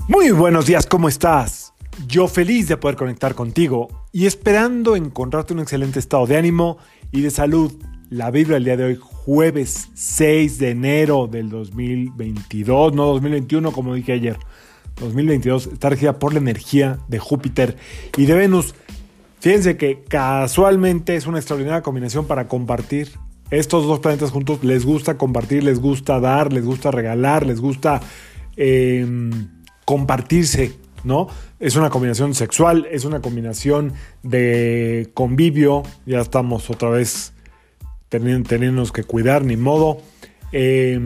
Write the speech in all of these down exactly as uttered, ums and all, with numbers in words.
Muy buenos días, ¿cómo estás? Yo feliz de poder conectar contigo y esperando encontrarte un excelente estado de ánimo y de salud. La vibra del día de hoy, jueves seis de enero del dos mil veintidós, no dos mil veintiuno como dije ayer. dos mil veintidós está regida por la energía de Júpiter y de Venus. Fíjense que casualmente es una extraordinaria combinación para compartir. Estos dos planetas juntos les gusta compartir, les gusta dar, les gusta regalar, les gusta eh, compartirse, ¿no? Es una combinación sexual, es una combinación de convivio. Ya estamos otra vez teniendo, teniéndonos que cuidar, ni modo. Eh,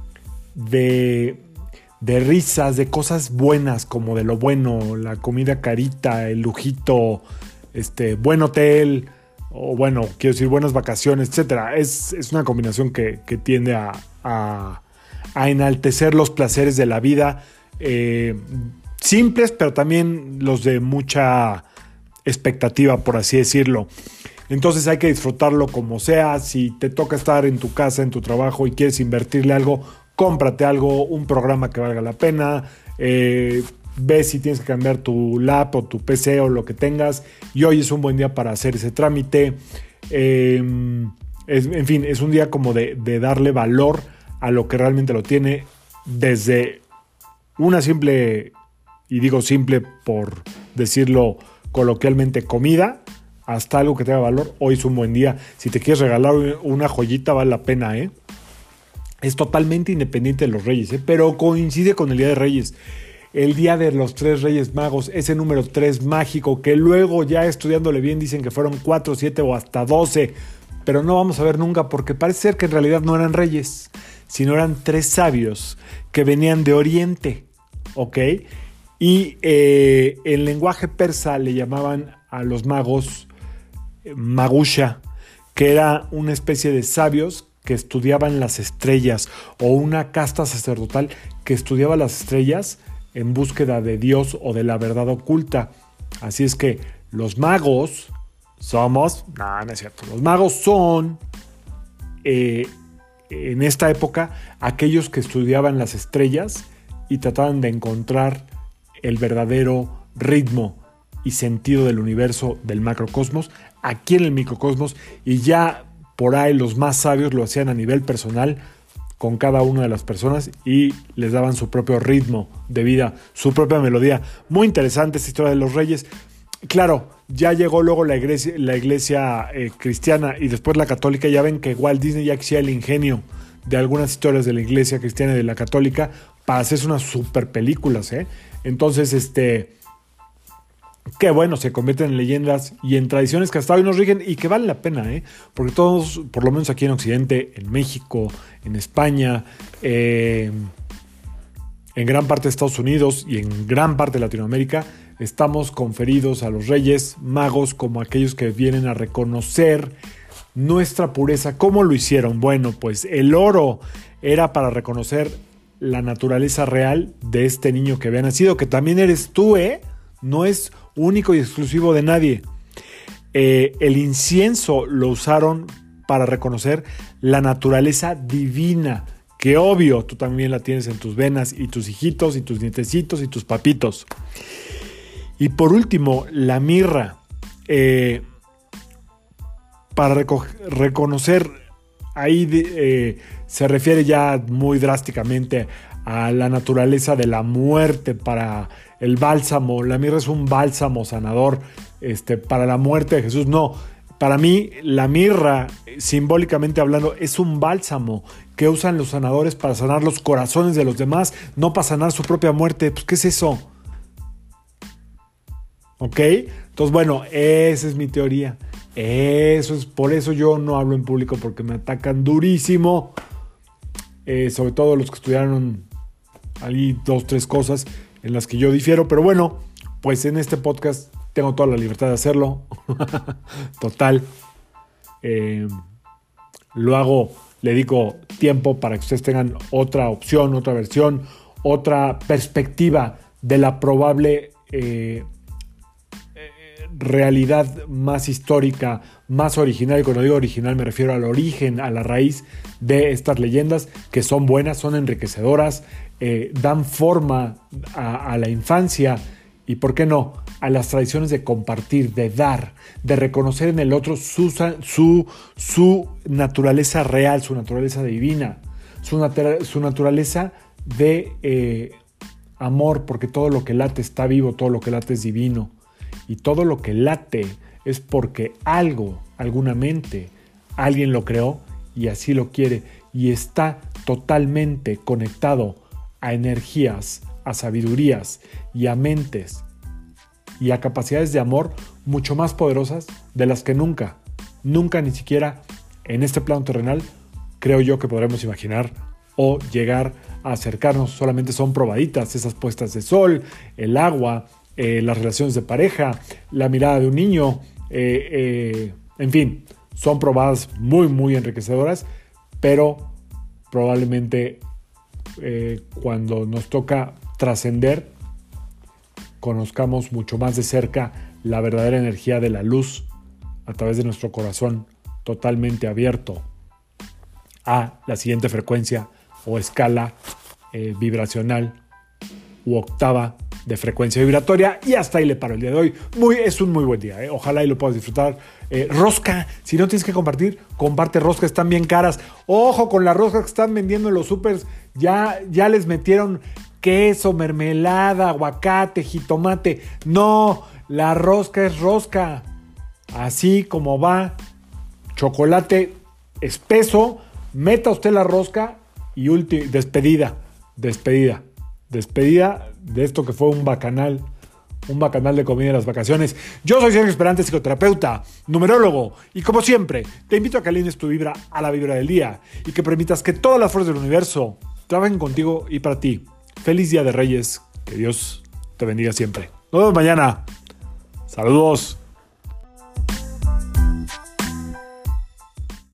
de, de risas, de cosas buenas, como de lo bueno, la comida carita, el lujito, este, buen hotel, o bueno, quiero decir, buenas vacaciones, etcétera. Es, es una combinación que, que tiende a, a, a enaltecer los placeres de la vida, eh, simples, pero también los de mucha expectativa, por así decirlo. Entonces hay que disfrutarlo como sea. Si te toca estar en tu casa, en tu trabajo y quieres invertirle algo, cómprate algo, un programa que valga la pena. Eh, ve si tienes que cambiar tu lap o tu P C o lo que tengas. Y hoy es un buen día para hacer ese trámite. Eh, es, en fin, es un día como de, de darle valor a lo que realmente lo tiene, desde una simple, y digo simple por decirlo coloquialmente, comida, hasta algo que tenga valor. Hoy es un buen día. Si te quieres regalar una joyita, vale la pena, ¿eh? Es totalmente independiente de los Reyes, ¿eh? Pero coincide con el Día de Reyes. El Día de los Tres Reyes Magos, ese número tres mágico, que luego ya estudiándole bien dicen que fueron cuatro, siete o hasta doce, pero no vamos a ver nunca porque parece ser que en realidad no eran reyes, sino eran tres sabios que venían de Oriente, ¿ok? Y eh, en lenguaje persa le llamaban a los magos eh, Magusha, que era una especie de sabios que estudiaban las estrellas, o una casta sacerdotal que estudiaba las estrellas en búsqueda de Dios o de la verdad oculta. Así es que los magos somos, no, no es cierto, los magos son eh, en esta época aquellos que estudiaban las estrellas y trataban de encontrar el verdadero ritmo y sentido del universo, del macrocosmos, aquí en el microcosmos, y ya por ahí los más sabios lo hacían a nivel personal con cada una de las personas y les daban su propio ritmo de vida, su propia melodía. Muy interesante esta historia de los reyes. Claro, ya llegó luego la iglesia, la iglesia eh, cristiana y después la católica. Ya ven que Walt Disney ya hacía el ingenio de algunas historias de la iglesia cristiana y de la católica para hacerse unas super películas, ¿eh? Entonces, este... que bueno, se convierten en leyendas y en tradiciones que hasta hoy nos rigen y que valen la pena, ¿eh? Porque todos, por lo menos aquí en Occidente, en México, en España, eh, en gran parte de Estados Unidos y en gran parte de Latinoamérica, estamos conferidos a los Reyes Magos como aquellos que vienen a reconocer nuestra pureza. ¿Cómo lo hicieron? Bueno, pues el oro era para reconocer la naturaleza real de este niño que había nacido, que también eres tú, ¿eh? No es único y exclusivo de nadie. Eh, el incienso lo usaron para reconocer la naturaleza divina, que obvio tú también la tienes en tus venas, y tus hijitos, y tus nietecitos, y tus papitos. Y por último, la mirra, eh, para reco- reconocer, ahí de, eh, se refiere ya muy drásticamente a la naturaleza de la muerte. Para el bálsamo, la mirra es un bálsamo sanador, este, para la muerte de Jesús. No, para mí la mirra, simbólicamente hablando, es un bálsamo que usan los sanadores para sanar los corazones de los demás, no para sanar su propia muerte. Pues, ¿qué es eso? ¿Ok? Entonces, bueno, esa es mi teoría. Eso es, por eso yo no hablo en público, porque me atacan durísimo, eh, sobre todo los que estudiaron ahí dos, tres cosas en las que yo difiero, pero bueno, pues en este podcast tengo toda la libertad de hacerlo. Total. Eh, lo hago, le dedico tiempo para que ustedes tengan otra opción, otra versión, otra perspectiva de la probable eh, eh, realidad más histórica, más original, y cuando digo original me refiero al origen, a la raíz de estas leyendas, que son buenas, son enriquecedoras, eh, dan forma a, a la infancia y, ¿por qué no?, a las tradiciones de compartir, de dar, de reconocer en el otro su, su, su naturaleza real, su naturaleza divina, su, nat- su naturaleza de eh, amor, porque todo lo que late está vivo, todo lo que late es divino. Y todo lo que late es porque algo, alguna mente, alguien lo creó y así lo quiere. Y está totalmente conectado a energías, a sabidurías y a mentes y a capacidades de amor mucho más poderosas de las que nunca, nunca ni siquiera en este plano terrenal creo yo que podremos imaginar o llegar a acercarnos. Solamente son probaditas esas puestas de sol, el agua, eh, las relaciones de pareja, la mirada de un niño, eh, eh, en fin, son probadas muy muy enriquecedoras, pero probablemente eh, cuando nos toca trascender conozcamos mucho más de cerca la verdadera energía de la luz a través de nuestro corazón totalmente abierto a la siguiente frecuencia o escala eh, vibracional u octava de frecuencia vibratoria. Y hasta ahí le paro el día de hoy. Muy, es un muy buen día, ¿eh? Ojalá y lo puedas disfrutar. Eh, rosca, si no tienes que compartir, comparte rosca, están bien caras. Ojo con las roscas que están vendiendo en los supers, ya, ya les metieron queso, mermelada, aguacate, jitomate. No, la rosca es rosca. Así como va, chocolate espeso, meta usted la rosca y ulti- despedida, despedida, despedida de esto que fue un bacanal, un bacanal de comida de las vacaciones. Yo soy Sergio Esperante, psicoterapeuta, numerólogo, y como siempre, te invito a que alines tu vibra a la vibra del día y que permitas que todas las fuerzas del universo trabajen contigo y para ti. Feliz Día de Reyes, que Dios te bendiga siempre. Nos vemos mañana. Saludos.